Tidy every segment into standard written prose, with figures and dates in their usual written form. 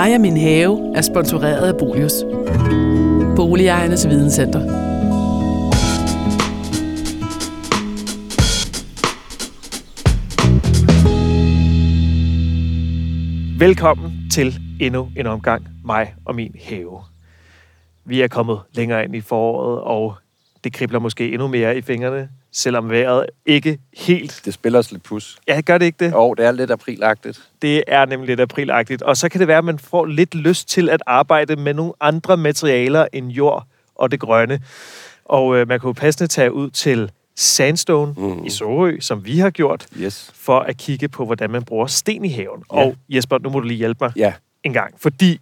Mig og min have er sponsoreret af Bolius. Boligejernes Videnscenter. Velkommen til endnu en omgang Mig og min have. Vi er kommet længere ind i foråret, og det kribler måske endnu mere i fingrene, selvom vejret ikke helt... Det spiller os lidt pus. Ja, gør det ikke det? Jo, det er lidt aprilagtigt. Det er nemlig lidt aprilagtigt, og så kan det være, at man får lidt lyst til at arbejde med nogle andre materialer end jord og det grønne. Og man kan jo passende tage ud til Sandstone i Sorø, som vi har gjort, for at kigge på, hvordan man bruger sten i haven. Ja. Og Jesper, nu må du lige hjælpe mig en gang, fordi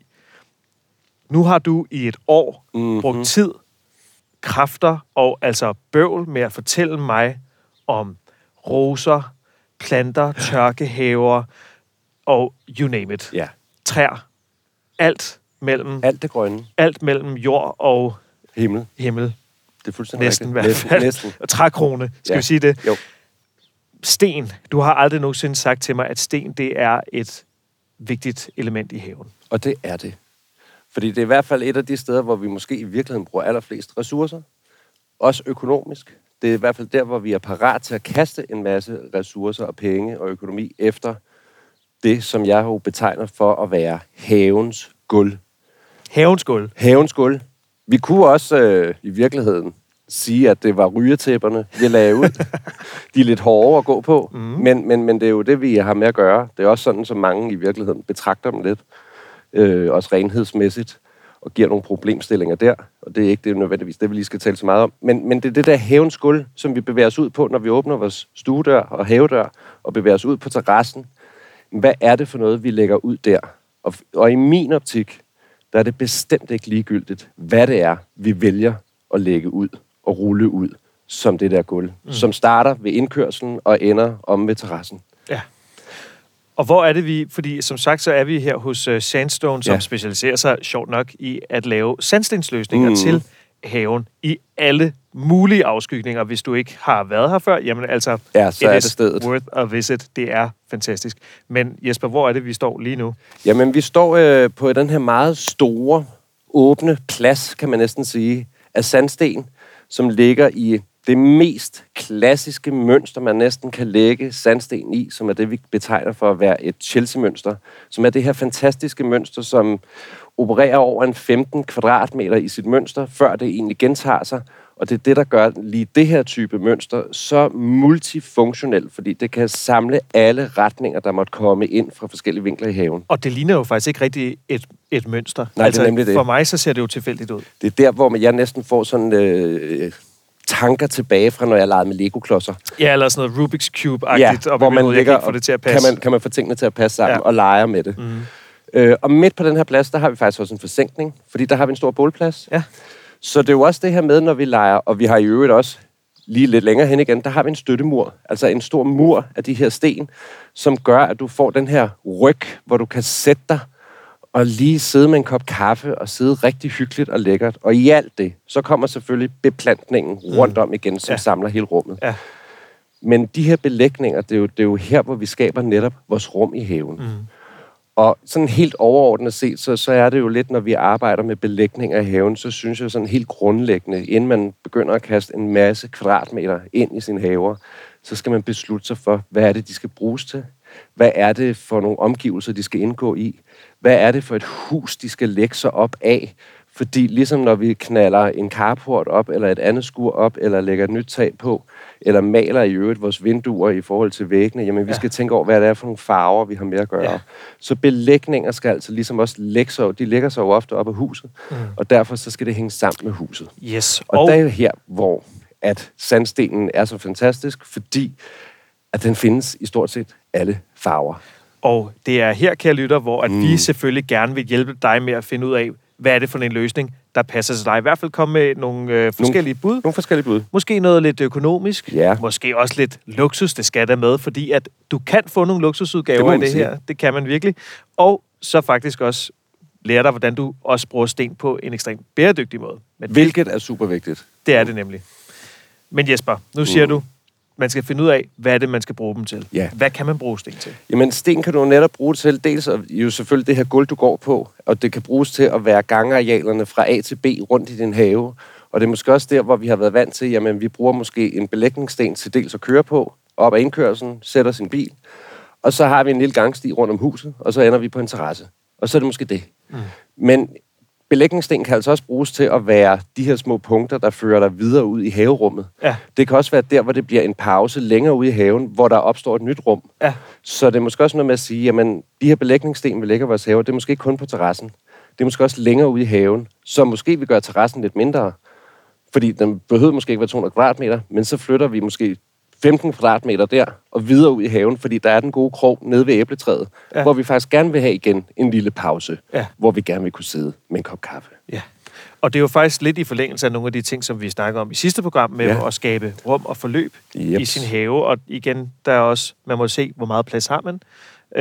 nu har du i et år brugt tid, kræfter og altså bøvl med at fortælle mig om roser, planter, tørkehaver og you name it. Ja. Træer. Alt det grønne. Alt mellem jord og himmel. Det er fuldstændig næsten rigtigt. I hvert fald. Næsten. Og trækrone, skal vi sige det? Jo. Sten. Du har aldrig nogensinde sagt til mig, at sten, det er et vigtigt element i haven. Og det er det. Fordi det er i hvert fald et af de steder, hvor vi måske i virkeligheden bruger allerflest ressourcer. Også økonomisk. Det er i hvert fald der, hvor vi er parat til at kaste en masse ressourcer og penge og økonomi efter det, som jeg jo betegner for at være havens gulv. Havens gulv? Havens gulv. Vi kunne også i virkeligheden sige, at det var rygetæpperne, vi lagde ud. De er lidt hårde at gå på, men det er jo det, vi har med at gøre. Det er også sådan, som mange i virkeligheden betragter dem lidt. Også renhedsmæssigt, og giver nogle problemstillinger der. Og det er ikke det nødvendigvis, det vi lige skal tale så meget om. Men det er det der havens gulv, som vi bevæger os ud på, når vi åbner vores stuedør og havedør, og bevæger os ud på terrassen. Hvad er det for noget, vi lægger ud der? Og i min optik, der er det bestemt ikke ligegyldigt, hvad det er, vi vælger at lægge ud og rulle ud som det der gulv, som starter ved indkørslen og ender om ved terrassen. Ja. Og hvor er det vi, fordi som sagt, så er vi her hos Sandstone, som specialiserer sig, sjovt nok, i at lave sandstensløsninger til haven i alle mulige afskygninger. Hvis du ikke har været her før, jamen altså, så er det stedet. Worth a visit. Det er fantastisk. Men Jesper, hvor er det, vi står lige nu? Jamen, vi står på den her meget store, åbne plads, kan man næsten sige, af sandsten, som ligger i det mest klassiske mønster, man næsten kan lægge sandsten i, som er det, vi betegner for at være et Chelsea-mønster, som er det her fantastiske mønster, som opererer over en 15 kvadratmeter i sit mønster, før det egentlig gentager sig. Og det er det, der gør lige det her type mønster så multifunktionelt, fordi det kan samle alle retninger, der måtte komme ind fra forskellige vinkler i haven. Og det ligner jo faktisk ikke rigtig et mønster. Nej, altså, det er nemlig det. For mig så ser det jo tilfældigt ud. Det er der, hvor jeg næsten får sådan... tanker tilbage fra, når jeg legede med Lego-klodser. Ja, eller sådan noget Rubik's Cube-agtigt, og hvor man ligger og det til at passe. Kan man få tingene til at passe sammen og lege med det. Og midt på den her plads, der har vi faktisk også en forsænkning, fordi der har vi en stor bålplads. Ja. Så det er jo også det her med, når vi leger, og vi har i øvrigt også lige lidt længere hen igen, der har vi en støttemur, altså en stor mur af de her sten, som gør, at du får den her ryg, hvor du kan sætte dig og lige sidde med en kop kaffe og sidde rigtig hyggeligt og lækkert. Og i alt det, så kommer selvfølgelig beplantningen rundt om igen, som samler hele rummet. Ja. Men de her belægninger, det er jo her, hvor vi skaber netop vores rum i haven. Og sådan helt overordnet set, så er det jo lidt, når vi arbejder med belægninger i haven, så synes jeg sådan helt grundlæggende, inden man begynder at kaste en masse kvadratmeter ind i sin haver, så skal man beslutte sig for, hvad er det, de skal bruges til? Hvad er det for nogle omgivelser, de skal indgå i? Hvad er det for et hus, de skal lægge sig op af? Fordi ligesom når vi knalder en carport op, eller et andet skur op, eller lægger et nyt tag på, eller maler i øvrigt vores vinduer i forhold til væggene, jamen vi skal tænke over, hvad det er for nogle farver, vi har med at gøre. Ja. Så belægninger skal altså ligesom også lægge sig, de lægger sig jo ofte op af huset, og derfor så skal det hænge sammen med huset. Yes. Og der er her, hvor at sandstenen er så fantastisk, fordi at den findes i stort set alle farver. Og det er her, kære lytter, hvor at vi selvfølgelig gerne vil hjælpe dig med at finde ud af, hvad er det for en løsning, der passer til dig. I hvert fald komme med nogle forskellige bud. Nogle forskellige bud. Måske noget lidt økonomisk. Ja. Måske også lidt luksus, det skal der med, fordi at du kan få nogle luksusudgaver af det her. Det kan man virkelig. Og så faktisk også lære dig, hvordan du også bruger sten på en ekstremt bæredygtig måde. Men hvilket er super vigtigt. Det er det nemlig. Men Jesper, nu siger du, man skal finde ud af, hvad er det, man skal bruge dem til. Ja. Hvad kan man bruge sten til? Jamen, sten kan du netop bruge til, dels og jo selvfølgelig det her gulv, du går på, og det kan bruges til at være gangarealerne fra A til B rundt i din have. Og det er måske også der, hvor vi har været vant til, jamen vi bruger måske en belægningssten til dels at køre på, op ad indkørslen, sætter sin bil, og så har vi en lille gangsti rundt om huset, og så ender vi på en terrasse. Og så er det måske det. Men belægningssten kan altså også bruges til at være de her små punkter, der fører dig videre ud i haverummet. Ja. Det kan også være der, hvor det bliver en pause længere ude i haven, hvor der opstår et nyt rum. Ja. Så det er måske også noget med at sige, jamen de her belægningssten, vi lægger i vores have, det er måske ikke kun på terrassen. Det er måske også længere ude i haven, så måske vi gør terrassen lidt mindre. Fordi den behøver måske ikke være 200 kvadratmeter, men så flytter vi måske 15 kvadratmeter der, og videre ud i haven, fordi der er den gode krog nede ved æbletræet, hvor vi faktisk gerne vil have igen en lille pause, hvor vi gerne vil kunne sidde med en kop kaffe. Ja. Og det er jo faktisk lidt i forlængelse af nogle af de ting, som vi snakker om i sidste program, med at skabe rum og forløb i sin have. Og igen, der er også, man må se, hvor meget plads har man.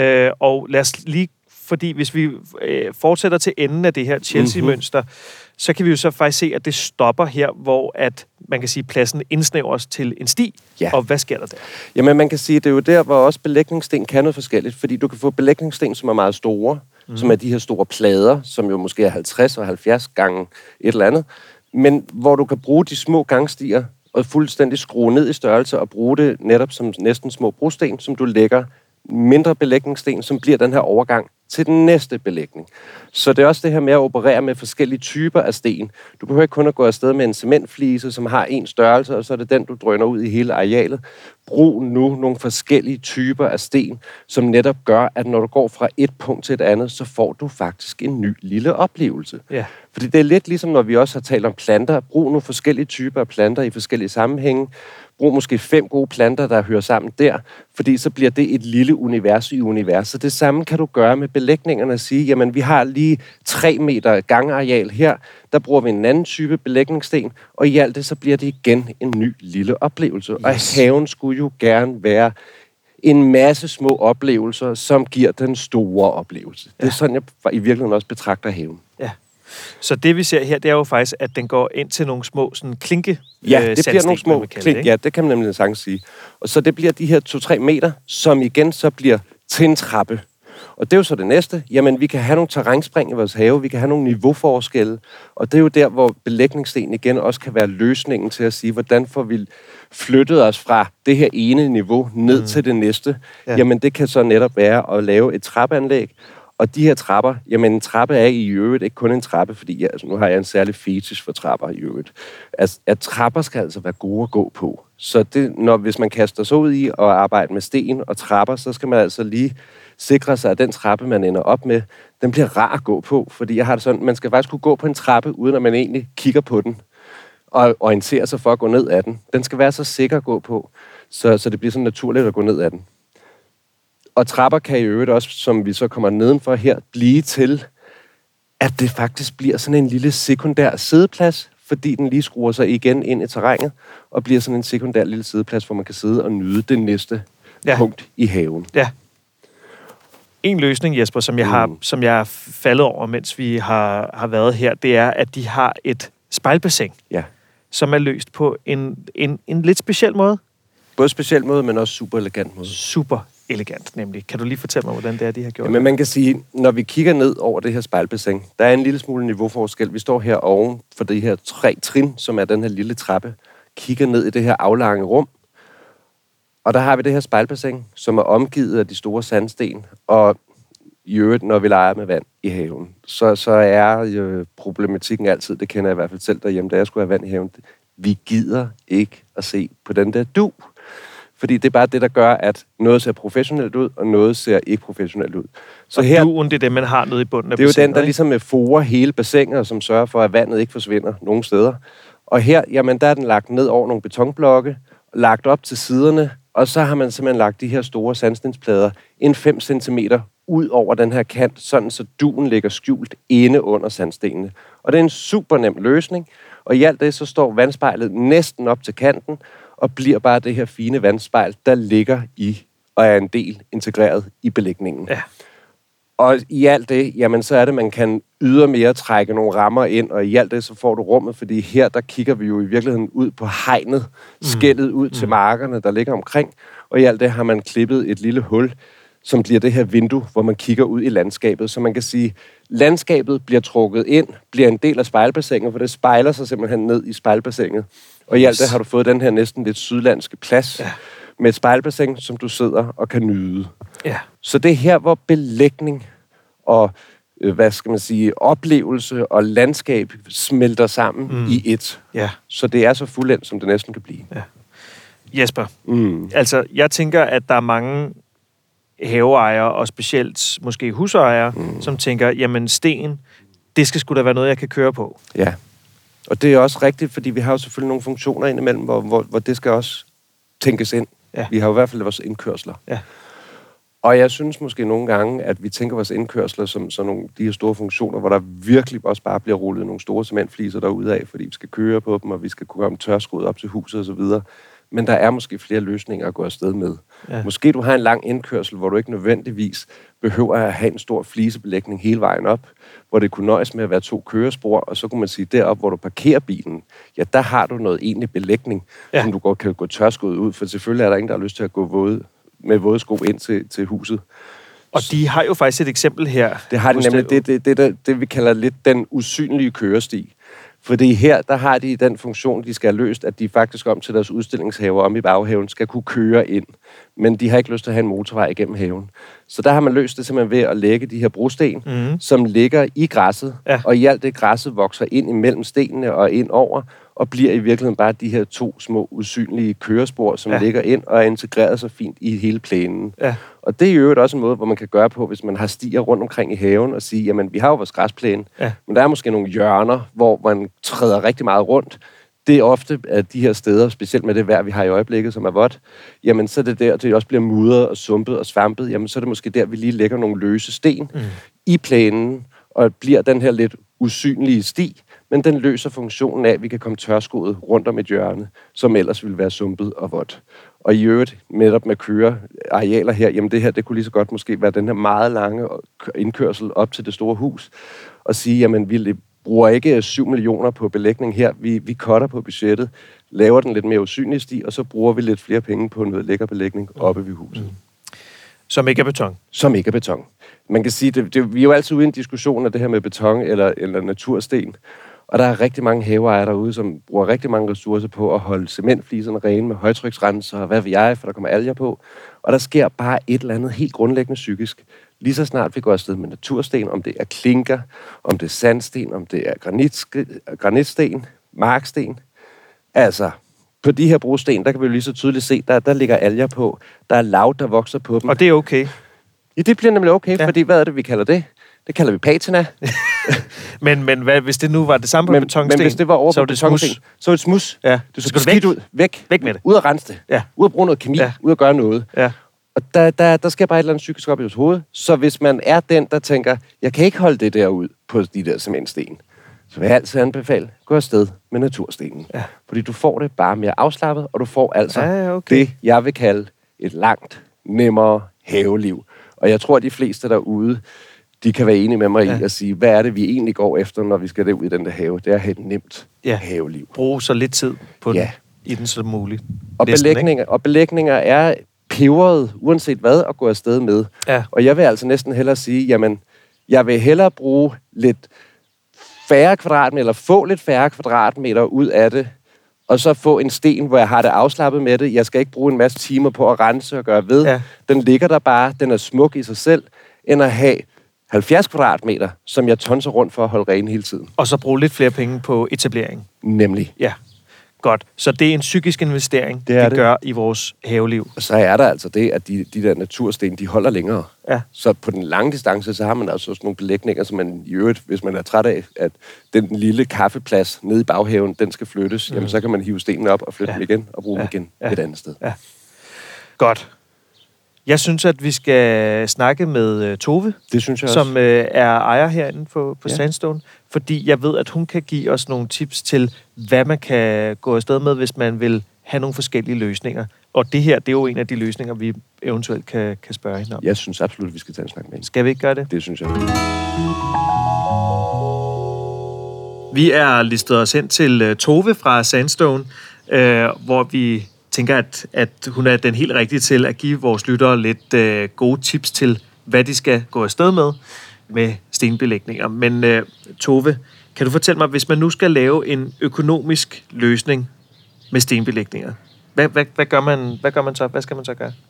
Og lad os lige, fordi hvis vi fortsætter til enden af det her Chelsea-mønster, så kan vi jo så faktisk se, at det stopper her, hvor at man kan sige, pladsen indsnævres til en sti. Ja. Og hvad sker der der? Jamen, man kan sige, at det er jo der, hvor også belægningssten kan noget forskelligt, fordi du kan få belægningssten, som er meget store, som er de her store plader, som jo måske er 50 og 70 gange et eller andet, men hvor du kan bruge de små gangstier og fuldstændig skrue ned i størrelse og bruge det netop som næsten små brosten, som du lægger mindre belægningssten, som bliver den her overgang til den næste belægning. Så det er også det her med at operere med forskellige typer af sten. Du behøver ikke kun at gå afsted med en cementflise, som har en størrelse, og så er det den, du drøner ud i hele arealet. Brug nu nogle forskellige typer af sten, som netop gør, at når du går fra et punkt til et andet, så får du faktisk en ny lille oplevelse. Ja. Fordi det er lidt ligesom, når vi også har talt om planter. Brug nogle forskellige typer af planter i forskellige sammenhænge. Brug måske 5 gode planter, der hører sammen der, fordi så bliver det et lille univers i universet. Det samme kan du gøre med belægningerne og sige, jamen vi har lige 3 meter gangareal her, der bruger vi en anden type belægningssten, og i alt det så bliver det igen en ny lille oplevelse. Yes. Og haven skulle jo gerne være en masse små oplevelser, som giver den store oplevelse. Ja. Det er sådan, jeg i virkeligheden også betragter haven. Ja. Så det, vi ser her, det er jo faktisk, at den går ind til nogle små sådan klinke. Ja, det bliver nogle små klink. Ja, det kan man nemlig sagtens sige. Og så det bliver de her 2-3 meter, som igen så bliver til en trappe. Og det er jo så det næste. Jamen, vi kan have nogle terrænspring i vores have, vi kan have nogle niveauforskelle, og det er jo der, hvor belægningssten igen også kan være løsningen til at sige, hvordan får vi flyttet os fra det her ene niveau ned til det næste. Ja. Jamen, det kan så netop være at lave et trappeanlæg. Og de her trapper, jamen en trappe er i øvrigt ikke kun en trappe, fordi nu har jeg en særlig fetish for trapper i øvrigt. At trapper skal altså være gode at gå på. Så det, hvis man kaster sig ud i at arbejde med sten og trapper, så skal man altså lige sikre sig, at den trappe, man ender op med, den bliver rar at gå på. Fordi jeg har det sådan, man skal faktisk kunne gå på en trappe, uden at man egentlig kigger på den og orienterer sig for at gå ned ad den. Den skal være så sikker at gå på, så det bliver så naturligt at gå ned ad den. Og trapper kan i øvrigt også, som vi så kommer nedenfor her, blive til, at det faktisk bliver sådan en lille sekundær siddeplads, fordi den lige skruer sig igen ind i terrænet, og bliver sådan en sekundær lille siddeplads, hvor man kan sidde og nyde det næste punkt i haven. Ja. En løsning, Jesper, som jeg er faldet over, mens vi har været her, det er, at de har et spejlbassin, som er løst på en lidt speciel måde. Både speciel måde, men også super elegant måde. Super elegant, nemlig. Kan du lige fortælle mig, hvordan det er, de har gjort? Men man kan sige, når vi kigger ned over det her spejlbassin, der er en lille smule niveauforskel. Vi står her oven for de her 3 trin, som er den her lille trappe, kigger ned i det her aflange rum, og der har vi det her spejlbassin, som er omgivet af de store sandsten, og i øvrigt, når vi leger med vand i haven, så er problematikken altid, det kender jeg i hvert fald selv derhjemme, da jeg skulle have vand i haven, vi gider ikke at se på den der du. Fordi det er bare det, der gør, at noget ser professionelt ud, og noget ser ikke professionelt ud. Så her, duen, det er det, man har nede i bunden af bassinet. Det er jo den, der ligesom forer hele bassinet, som sørger for, at vandet ikke forsvinder nogen steder. Og her, jamen, der er den lagt ned over nogle betonblokke, lagt op til siderne, og så har man simpelthen lagt de her store sandstensplader en 5 cm ud over den her kant, sådan så duen ligger skjult inde under sandstenene. Og det er en super nem løsning, og i alt det, så står vandspejlet næsten op til kanten, og bliver bare det her fine vandspejl, der ligger i og er en del integreret i belægningen. Ja. Og i alt det, jamen så er det, man kan ydermere trække nogle rammer ind, og i alt det, så får du rummet, fordi her, der kigger vi jo i virkeligheden ud på hegnet, skældet ud til markerne, der ligger omkring, og i alt det har man klippet et lille hul, som bliver det her vindue, hvor man kigger ud i landskabet. Så man kan sige, landskabet bliver trukket ind, bliver en del af spejlbassinet, for det spejler sig simpelthen ned i spejlbassinet. Og i alt det har du fået den her næsten lidt sydlandske plads, med et spejlbassin, som du sidder og kan nyde. Ja. Så det er her, hvor belægning og oplevelse og landskab smelter sammen i ét. Ja. Så det er så fuldendt, som det næsten kan blive. Ja. Jesper, altså jeg tænker, at der er mange haveejere, og specielt måske husejere, som tænker, jamen sten, det skal sgu da være noget, jeg kan køre på. Ja, og det er også rigtigt, fordi vi har jo selvfølgelig nogle funktioner indimellem, hvor det skal også tænkes ind. Ja. Vi har jo i hvert fald vores indkørsler. Ja. Og jeg synes måske nogle gange, at vi tænker vores indkørsler som sådan nogle de her store funktioner, hvor der virkelig også bare bliver rullet nogle store cementfliser derude af, fordi vi skal køre på dem, og vi skal kunne komme tørskud op til huset osv. Men der er måske flere løsninger at gå afsted med. Ja. Måske du har en lang indkørsel, hvor du ikke nødvendigvis behøver at have en stor flisebelægning hele vejen op, hvor det kunne nøjes med at være 2 kørespor, og så kunne man sige, derop, hvor du parkerer bilen, ja, der har du noget egentlig belægning, som du godt kan gå tørskud ud, for selvfølgelig er der ingen, der har lyst til at gå med våde sko ind til huset. Og de har jo faktisk et eksempel her. Det har de nemlig. Det vi kalder lidt den usynlige køresti. Fordi her, der har de den funktion, de skal have løst, at de faktisk om til deres udstillingshaver om i baghaven skal kunne køre ind. Men de har ikke lyst til at have en motorvej igennem haven. Så der har man løst det simpelthen ved at lægge de her brosten, som ligger i græsset. Ja. Og i alt det græsset vokser ind imellem stenene og ind over, og bliver i virkeligheden bare de her 2 små usynlige kørespor, som ligger ind og er integreret så fint i hele plænen. Ja. Og det er jo også en måde, hvor man kan gøre på, hvis man har stier rundt omkring i haven og sige, jamen vi har jo vores græsplæne, men der er måske nogle hjørner, hvor man træder rigtig meget rundt. Det er ofte at de her steder, specielt med det vejr, vi har i øjeblikket, som er vådt, jamen så er det der, det også bliver mudret og sumpet og svampet, jamen så er det måske der, vi lige lægger nogle løse sten i plænen, og bliver den her lidt usynlige sti, men den løser funktionen af, at vi kan komme tørskoet rundt om et hjørne, som ellers ville være sumpet og vådt. Og i øvrigt, netop med kørearealer her, jamen det her, det kunne lige så godt måske være den her meget lange indkørsel op til det store hus, og sige, jamen vi bruger ikke 7 millioner på belægning her, vi cutter på budgettet, laver den lidt mere usynlige sti, og så bruger vi lidt flere penge på noget lækker belægning oppe ved huset. Som ikke er beton. Som ikke er beton. Man kan sige, vi er jo altid ude i en diskussion af det her med beton eller natursten. Og der er rigtig mange haveejere derude, som bruger rigtig mange ressourcer på at holde cementfliserne rene med højtryksrenser og hvad ved jeg, for der kommer alger på. Og der sker bare et eller andet helt grundlæggende psykisk. Lige så snart vi går afsted med natursten, om det er klinker, om det er sandsten, om det er granitsten, marksten. Altså, på de her brosten, der kan vi jo lige så tydeligt se, der ligger alger på. Der er lav, der vokser på dem. Og det er okay? Ja, det bliver nemlig okay, fordi hvad er det, vi kalder det? Det kalder vi patina. men hvad, hvis det nu var det samme på betonsten, men hvis det var over så på betonsten, så var det smus. Ja. Du skal skidt ud. Væk med det. Ud at rense det. Ja. Ud at bruge noget kemi. Ja. Ud at gøre noget. Ja. Og der sker bare et eller andet psykisk op i vores hoved. Så hvis man er den, der tænker, jeg kan ikke holde det der ud på de der cementsten, så vil jeg altid anbefale, gå afsted med naturstenen. Ja. Fordi du får det bare mere afslappet, og du får altså det, jeg vil kalde et langt, nemmere haveliv. Og jeg tror, at de fleste derude, de kan være enige med mig i at sige, hvad er det, vi egentlig går efter, når vi skal derud i den der have? Det er at have et nemt haveliv. Brug så lidt tid på den, i den som muligt. Og belægninger er peberet, uanset hvad, at gå afsted med. Ja. Og jeg vil altså næsten hellere sige, jamen, jeg vil hellere bruge lidt færre kvadratmeter, eller få lidt færre kvadratmeter ud af det, og så få en sten, hvor jeg har det afslappet med det. Jeg skal ikke bruge en masse timer på at rense og gøre ved. Ja. Den ligger der bare, den er smuk i sig selv, end at have 70 kvadratmeter, som jeg tonser rundt for at holde ren hele tiden. Og så bruge lidt flere penge på etablering. Nemlig. Ja, godt. Så det er en psykisk investering, vi gør i vores haveliv. Og så er der altså det, at de der natursten, de holder længere. Ja. Så på den lange distance, så har man altså også nogle belægninger, som man i øvrigt, hvis man er træt af, at den lille kaffeplads nede i baghaven, den skal flyttes, jamen så kan man hive stenen op og flytte dem igen, og bruge dem igen et andet sted. Ja. Godt. Jeg synes, at vi skal snakke med Tove, det synes jeg som er ejer herinde på Sandstone, fordi jeg ved, at hun kan give os nogle tips til, hvad man kan gå afsted med, hvis man vil have nogle forskellige løsninger. Og det her, det er jo en af de løsninger, vi eventuelt kan spørge hende om. Jeg synes absolut, vi skal tage en snak med hende. Skal vi ikke gøre det? Det synes jeg. Vi er listet os hen til Tove fra Sandstone, hvor vi tænker, at hun er den helt rigtige til at give vores lyttere lidt gode tips til, hvad de skal gå afsted med stenbelægninger. Men Tove, kan du fortælle mig, hvis man nu skal lave en økonomisk løsning med stenbelægninger, hvad gør man så? Hvad skal man så gøre?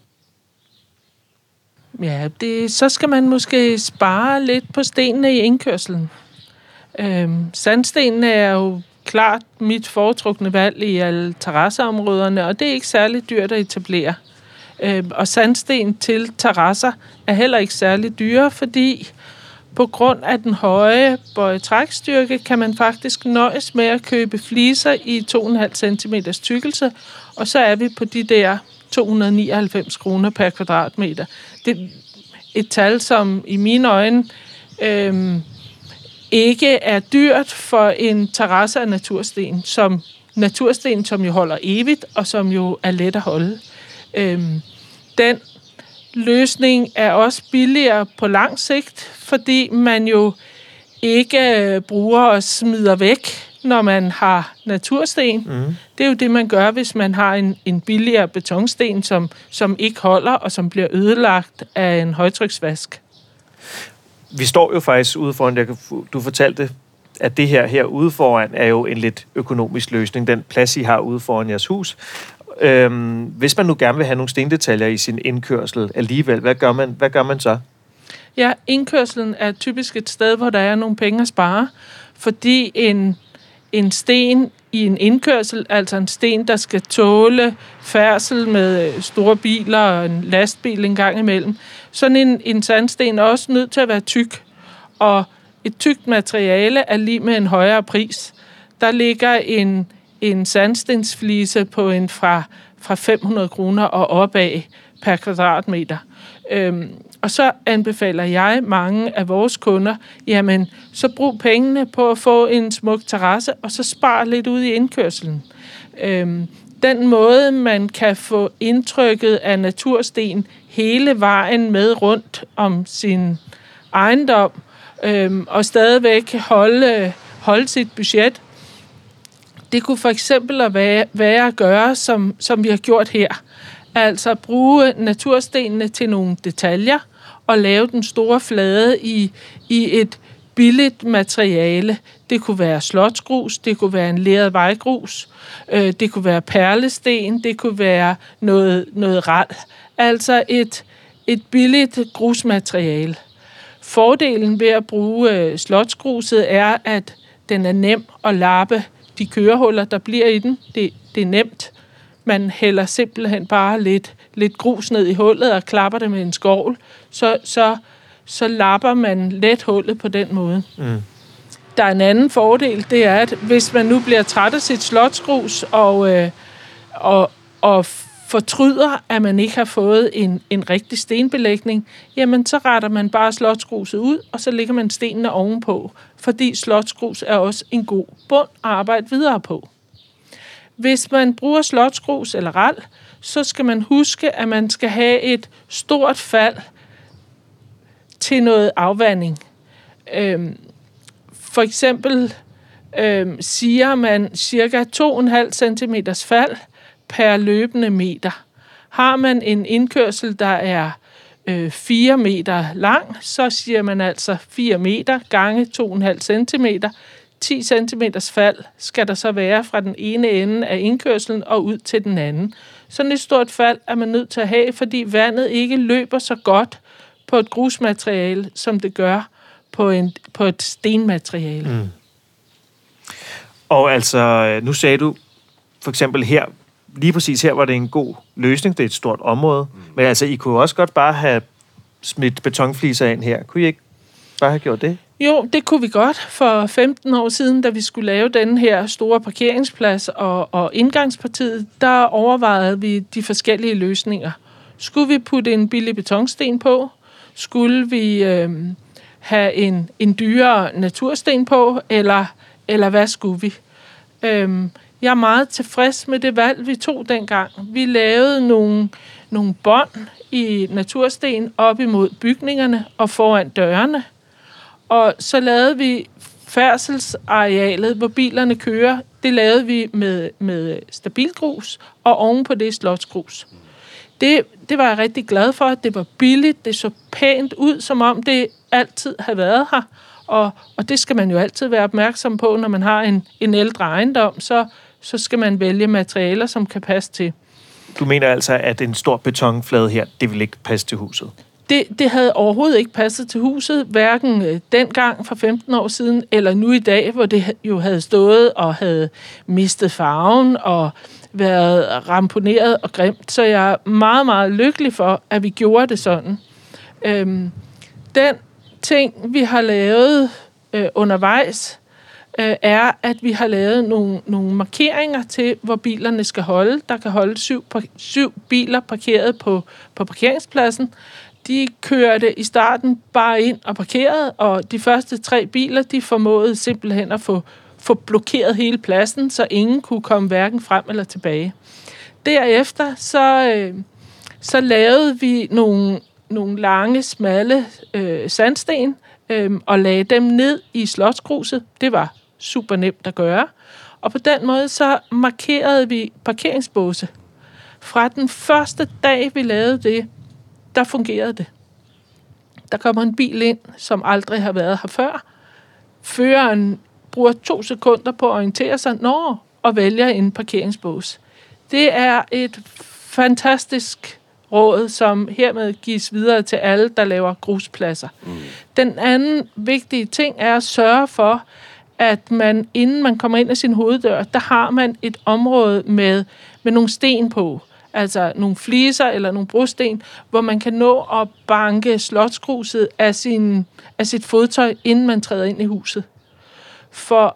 Ja, så skal man måske spare lidt på stenene i indkørslen. Sandstenene er jo klart mit foretrukne valg i alle terrasseområderne, og det er ikke særlig dyrt at etablere. Og sandsten til terrasser er heller ikke særlig dyre, fordi på grund af den høje bøjetrækstyrke kan man faktisk nøjes med at købe fliser i 2,5 cm tykkelse, og så er vi på de der 299 kroner per kvadratmeter. Det er et tal, som i mine øjne ikke er dyrt for en terrasse af natursten, som jo holder evigt, og som jo er let at holde. Den løsning er også billigere på lang sigt, fordi man jo ikke bruger og smider væk, når man har natursten. Mm. Det er jo det, man gør, hvis man har en billigere betonsten, som ikke holder, og som bliver ødelagt af en højtryksvask. Vi står jo faktisk ude foran, du fortalte, at det her ude foran er jo en lidt økonomisk løsning. Den plads, I har ude foran jeres hus. Hvis man nu gerne vil have nogle stendetaljer i sin indkørsel alligevel, hvad gør man så? Ja, indkørslen er typisk et sted, hvor der er nogle penge at spare, fordi en sten i en indkørsel, altså en sten, der skal tåle færdsel med store biler og en lastbil en gang imellem, sådan en sandsten er også nødt til at være tyk, og et tykt materiale er lige med en højere pris. Der ligger en sandstensflise på fra 500 kroner og opad per kvadratmeter. Og så anbefaler jeg mange af vores kunder, jamen, så brug pengene på at få en smuk terrasse, og så spar lidt ud i indkørslen. Den måde, man kan få indtrykket af natursten hele vejen med rundt om sin ejendom, og stadigvæk holde sit budget, det kunne for eksempel være at gøre, som vi har gjort her. Altså bruge naturstenene til nogle detaljer og lave den store flade i et billigt materiale. Det kunne være slotsgrus, det kunne være en leret vejgrus, det kunne være perlesten, det kunne være noget ral. Altså et billigt grusmateriale. Fordelen ved at bruge slotsgruset er, at den er nem at lappe de kørehuller, der bliver i den. Det er nemt. Man hælder simpelthen bare lidt grus ned i hullet og klapper det med en skovl. Så lapper man let hullet på den måde. Mm. Der er en anden fordel, det er, at hvis man nu bliver træt af sit slotsgrus og fortryder, at man ikke har fået en rigtig stenbelægning, jamen så retter man bare slotsgruset ud, og så lægger man stenene ovenpå, fordi slotsgrus er også en god bund at arbejde videre på. Hvis man bruger slotsgrus eller ral, så skal man huske, at man skal have et stort fald til noget afvanding. For eksempel siger man cirka 2,5 cm fald per løbende meter. Har man en indkørsel, der er 4 meter lang, så siger man altså 4 meter gange 2,5 cm. 10 cm fald skal der så være fra den ene ende af indkørslen og ud til den anden. Sådan et stort fald er man nødt til at have, fordi vandet ikke løber så godt på et grusmateriale, som det gør på et stenmateriale. Mm. Og altså, nu sagde du for eksempel her, lige præcis her var det en god løsning, det er et stort område, men altså, I kunne også godt bare have smidt betonfliser ind her. Kunne I ikke bare have gjort det? Jo, det kunne vi godt. For 15 år siden, da vi skulle lave den her store parkeringsplads og indgangspartiet, der overvejede vi de forskellige løsninger. Skulle vi putte en billig betonsten på? Skulle vi have en dyrere natursten på? Eller hvad skulle vi? jeg er meget tilfreds med det valg, vi tog dengang. Vi lavede nogle bånd i natursten op imod bygningerne og foran dørene. Og så lavede vi færdselsarealet, hvor bilerne kører. Det lavede vi med stabilgrus, og ovenpå det slotsgrus. Det var jeg rigtig glad for. Det var billigt, det så pænt ud, som om det altid havde været her. Og det skal man jo altid være opmærksom på, når man har en ældre ejendom, så skal man vælge materialer, som kan passe til. Du mener altså, at en stor betonflade her, det vil ikke passe til huset? Det havde overhovedet ikke passet til huset, hverken dengang for 15 år siden, eller nu i dag, hvor det jo havde stået og havde mistet farven og været ramponeret og grimt. Så jeg er meget, meget lykkelig for, at vi gjorde det sådan. Den ting, vi har lavet undervejs, er, at vi har lavet nogle markeringer til, hvor bilerne skal holde. Der kan holde 7 biler parkeret på parkeringspladsen. De kørte i starten bare ind og parkerede, og de første 3 biler, de formåede simpelthen at få blokeret hele pladsen, så ingen kunne komme hverken frem eller tilbage. Derefter så lavede vi nogle lange, smalle sandsten, og lagde dem ned i slotsgruset. Det var super nemt at gøre. Og på den måde så markerede vi parkeringsbåse. Fra den første dag, vi lavede det, der fungerede det. Der kommer en bil ind, som aldrig har været her før. Føreren bruger 2 sekunder på at orientere sig, og vælger en parkeringsbås. Det er et fantastisk råd, som hermed gives videre til alle, der laver gruspladser. Den anden vigtige ting er at sørge for, at man, inden man kommer ind af sin hoveddør, der har man et område med nogle sten på. Altså nogle fliser eller nogle brosten, hvor man kan nå at banke slotsgruset af sit fodtøj, inden man træder ind i huset. For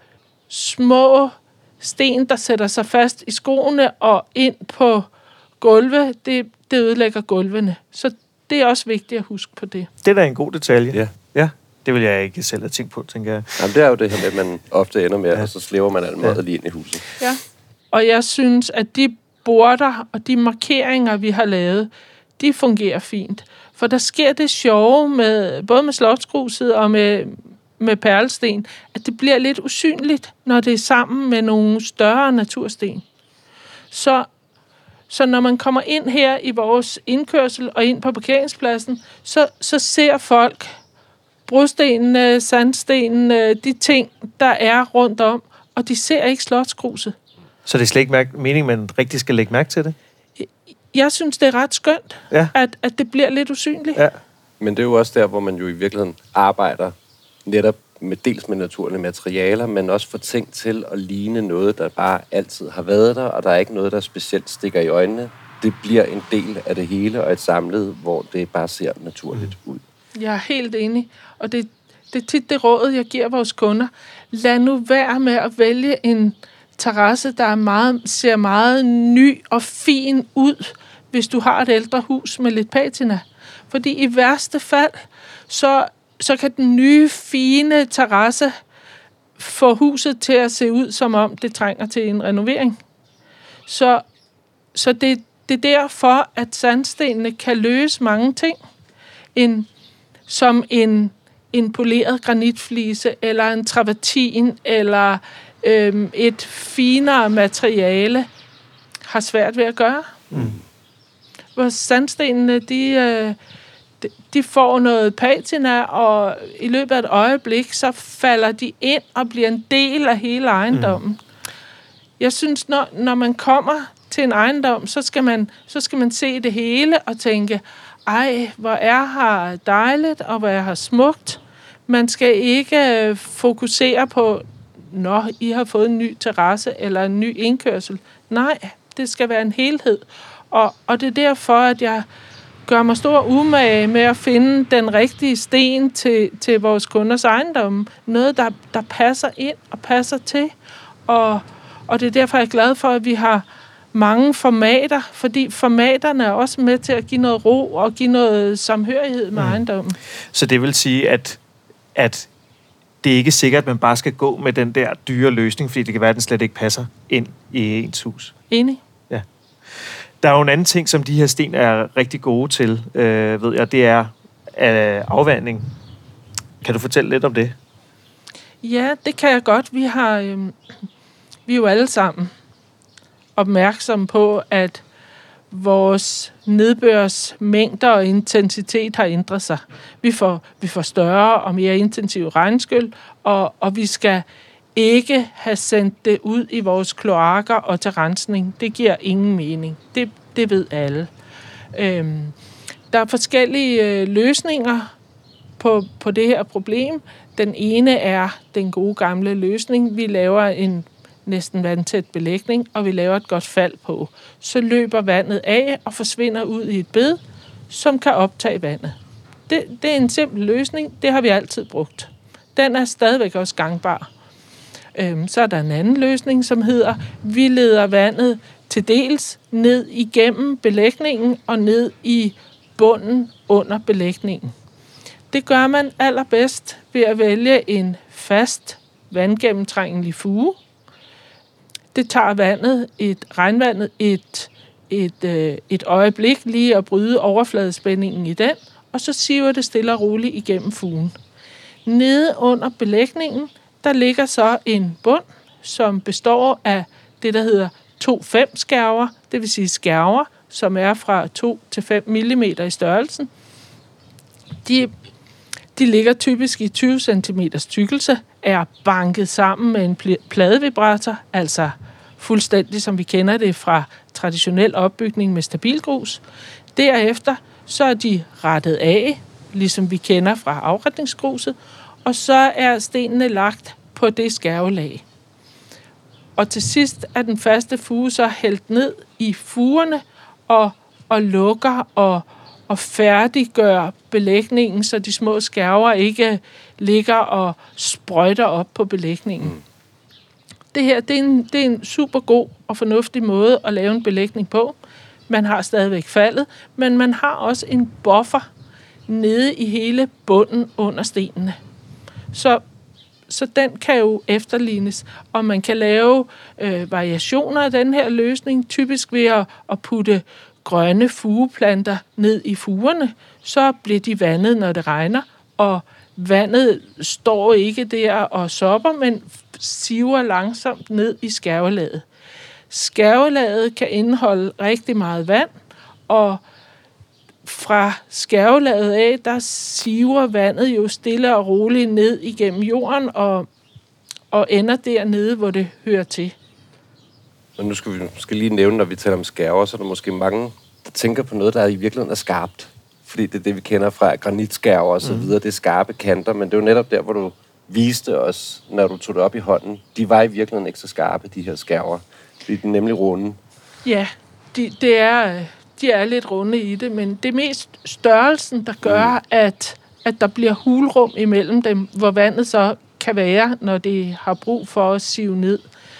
små sten, der sætter sig fast i skoene og ind på gulve, det ødelægger gulvene. Så det er også vigtigt at huske på det. Det er da en god detalje. Ja. Det vil jeg ikke selv have tænkt på, tænker jeg. Jamen, det er jo det her med, at man ofte ender med, og så slæver man alt måde lige ind i huset. Ja. Og jeg synes, at de border og de markeringer, vi har lavet, de fungerer fint. For der sker det sjove både med slotsgruset og med perlesten, at det bliver lidt usynligt, når det er sammen med nogle større natursten. Så når man kommer ind her i vores indkørsel og ind på parkeringspladsen, så ser folk brostenene, sandstenene, de ting, der er rundt om, og de ser ikke slotsgruset. Så det er slet ikke meningen, man rigtig skal lægge mærke til det? Jeg synes, det er ret skønt, at det bliver lidt usynligt. Ja. Men det er jo også der, hvor man jo i virkeligheden arbejder netop dels med naturlige materialer, men også får ting til at ligne noget, der bare altid har været der, og der er ikke noget, der specielt stikker i øjnene. Det bliver en del af det hele, og et samlet, hvor det bare ser naturligt ud. Jeg er helt enig, og det er tit det råd, jeg giver vores kunder. Lad nu være med at vælge en terrasse, der ser meget ny og fin ud, hvis du har et ældre hus med lidt patina. Fordi i værste fald, så kan den nye, fine terrasse få huset til at se ud, som om det trænger til en renovering. Så det er derfor, at sandstenene kan løse mange ting. Som en poleret granitflise, eller en travertin, eller et finere materiale, har svært ved at gøre. Hvor sandstenene, de får noget patina, og i løbet af et øjeblik, så falder de ind og bliver en del af hele ejendommen. Jeg synes, når man kommer til en ejendom, så skal man se det hele og tænke, ej, hvor er her dejligt, og hvor er her smukt. Man skal ikke fokusere på, når I har fået en ny terrasse eller en ny indkørsel. Nej, det skal være en helhed. Og det er derfor, at jeg gør mig stor umage med at finde den rigtige sten til vores kunders ejendomme. Noget, der passer ind og passer til. Og det er derfor, jeg er glad for, at vi har mange formater, fordi formaterne er også med til at give noget ro og give noget samhørighed med ejendommen. Så det vil sige, at det er ikke sikkert, at man bare skal gå med den der dyre løsning, fordi det kan være, at den slet ikke passer ind i ens hus. Enig. Ja. Der er jo en anden ting, som de her sten er rigtig gode til, ved jeg, det er afvanding. Kan du fortælle lidt om det? Ja, det kan jeg godt. Vi er jo alle sammen opmærksomme på, at vores nedbørsmængder og intensitet har ændret sig. Vi får større og mere intensiv regnskyl, og vi skal ikke have sendt det ud i vores kloakker og til rensning. Det giver ingen mening. Det ved alle. Der er forskellige løsninger på det her problem. Den ene er den gode gamle løsning. Vi laver en næsten vandtæt belægning, og vi laver et godt fald på. Så løber vandet af og forsvinder ud i et bed, som kan optage vandet. Det er en simpel løsning. Det har vi altid brugt. Den er stadigvæk også gangbar. Så er der en anden løsning, som hedder, vi leder vandet til dels ned igennem belægningen og ned i bunden under belægningen. Det gør man allerbedst ved at vælge en fast vandgennemtrængelig fuge. Det tager regnvandet et øjeblik lige at bryde overfladespændingen i den, og så siver det stille og roligt igennem fugen. Nede under belægningen, der ligger så en bund, som består af det, der hedder 2-5 skærver, det vil sige skærver, som er fra 2 til 5 mm i størrelsen. De ligger typisk i 20 cm tykkelse, er banket sammen med en pladevibrator, altså fuldstændig som vi kender det fra traditionel opbygning med stabilgrus. Derefter så er de rettet af, ligesom vi kender fra afretningsgruset, og så er stenene lagt på det skærvelag. Og til sidst er den faste fuge så hældt ned i fugerne og lukker og færdiggør belægningen, så de små skærver ikke ligger og sprøjter op på belægningen. Det her, det er en super god og fornuftig måde at lave en belægning på. Man har stadigvæk faldet, men man har også en buffer nede i hele bunden under stenene. Så den kan jo efterlignes, og man kan lave variationer af den her løsning, typisk ved at putte grønne fugeplanter ned i fugerne, så bliver de vandet, når det regner, og vandet står ikke der og sopper, men siver langsomt ned i skærvelaget. Skærvelaget kan indeholde rigtig meget vand, og fra skærvelaget af, der siver vandet jo stille og roligt ned igennem jorden og ender dernede, hvor det hører til. Og nu skal vi måske lige nævne, når vi taler om skærver, så er der måske mange, der tænker på noget, der i virkeligheden er skarpt. Fordi det er det, vi kender fra granitskærver og så videre. Det er skarpe kanter, men det er jo netop der, hvor du viste os, når du tog det op i hånden. De var i virkeligheden ikke så skarpe, de her skærver. De er nemlig runde. Ja, de er lidt runde i det, men det er mest størrelsen, der gør, at der bliver hulrum imellem dem, hvor vandet så kan være, når det har brug for at sive ned.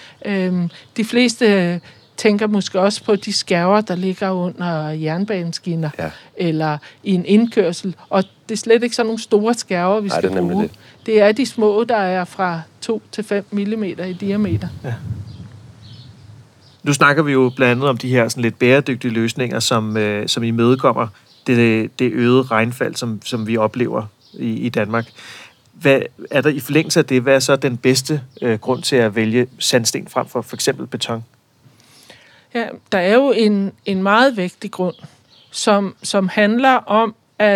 De fleste tænker måske også på de skærver, der ligger under jernbaneskinner, eller i en indkørsel, og det er slet ikke sådan nogle store skærver, vi skal bruge. Det er de små, der er fra 2 til 5 mm i diameter. Ja. Nu snakker vi jo blandt andet om de her sådan lidt bæredygtige løsninger, som imødekommer det øgede regnfald, som vi oplever i Danmark. Hvad er der i forlængelse af det? Hvad er så den bedste grund til at vælge sandsten frem for eksempel beton? Ja, der er jo en meget vægtig grund, som handler om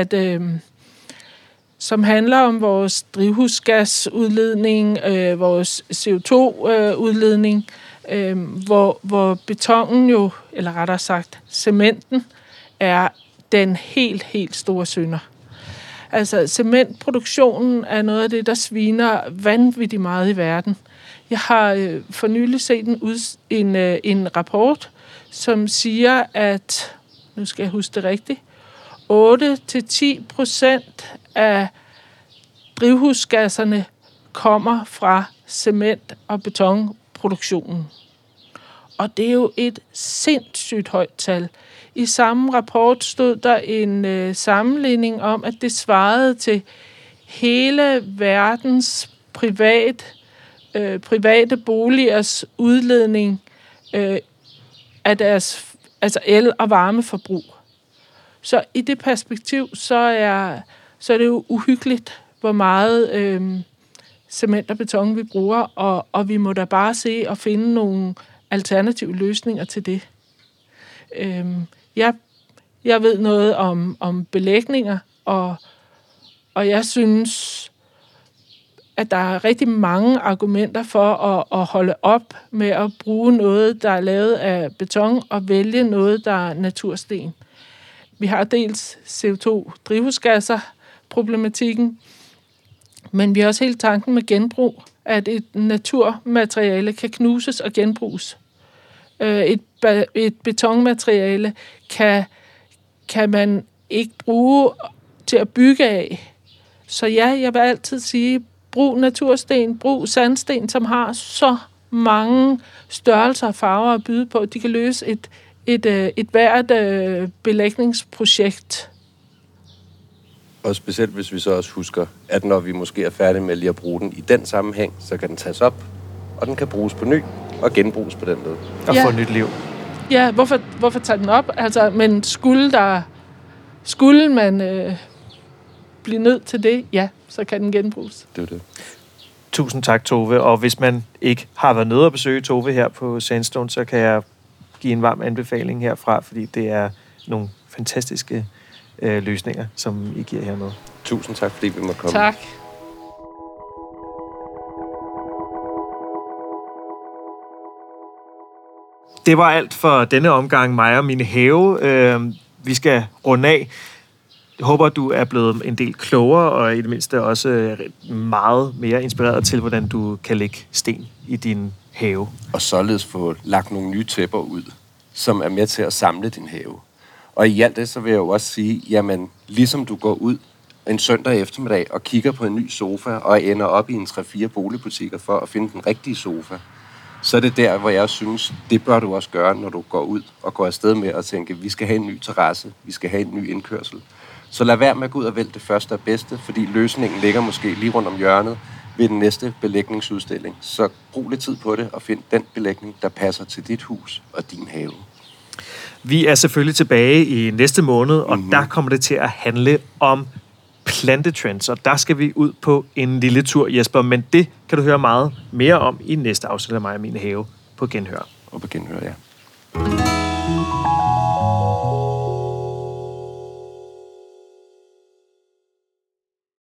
som handler om vores drivhusgasudledning, vores CO2-udledning, hvor betongen jo, eller rettere sagt cementen, er den helt store synder. Altså cementproduktionen er noget af det, der sviner vanvittigt meget i verden. Jeg har for nylig set en rapport, som siger, at, nu skal jeg huske det rigtigt, 8-10% af drivhusgasserne kommer fra cement- og betonproduktionen. Og det er jo et sindssygt højt tal. I samme rapport stod der en sammenligning om, at det svarede til hele verdens private boligers udledning af deres el- og varmeforbrug. Så i det perspektiv, så er det jo uhyggeligt, hvor meget cement og beton vi bruger, og vi må da bare se og finde nogle alternative løsninger til det. Jeg ved noget om belægninger, og jeg synes, at der er rigtig mange argumenter for at holde op med at bruge noget, der er lavet af beton, og vælge noget, der er natursten. Vi har dels CO2-drivhusgasser, problematikken, men vi har også hele tanken med genbrug, at et naturmateriale kan knuses og genbruges. Et betonmateriale kan man ikke bruge til at bygge af. Så ja, jeg vil altid sige, brug natursten, brug sandsten, som har så mange størrelser og farver at byde på. De kan løse et hvert belægningsprojekt. Og specielt hvis vi så også husker, at når vi måske er færdige med lige at bruge den i den sammenhæng, så kan den tages op, og den kan bruges på ny og genbruges på den måde. Og få nyt liv. Ja, hvorfor tage den op? Altså, men skulle man blive nødt til det, ja, så kan den genbruges. Det er det. Tusind tak, Tove. Og hvis man ikke har været nede og besøge Tove her på Sandstone, så kan jeg give en varm anbefaling herfra, fordi det er nogle fantastiske løsninger, som I giver hernede. Tusind tak, fordi vi måtte komme. Tak. Det var alt for denne omgang, mig og mine have. Vi skal runde af. Jeg håber, du er blevet en del klogere, og i det mindste også meget mere inspireret til, hvordan du kan lægge sten i din have. Og således få lagt nogle nye tæpper ud, som er med til at samle din have. Og i alt det, så vil jeg jo også sige, jamen, ligesom du går ud en søndag eftermiddag og kigger på en ny sofa, og ender op i en 3-4 boligbutikker for at finde den rigtige sofa, så er det der, hvor jeg synes, det bør du også gøre, når du går ud og går afsted med at tænke, vi skal have en ny terrasse, vi skal have en ny indkørsel. Så lad være med at gå ud og vælge det første og bedste, fordi løsningen ligger måske lige rundt om hjørnet ved den næste belægningsudstilling. Så brug lidt tid på det og find den belægning, der passer til dit hus og din have. Vi er selvfølgelig tilbage i næste måned, og der kommer det til at handle om plantetrends, og der skal vi ud på en lille tur, Jesper, men det kan du høre meget mere om i næste afsnit af mig og mine have på Genhør. Og på Genhør, ja.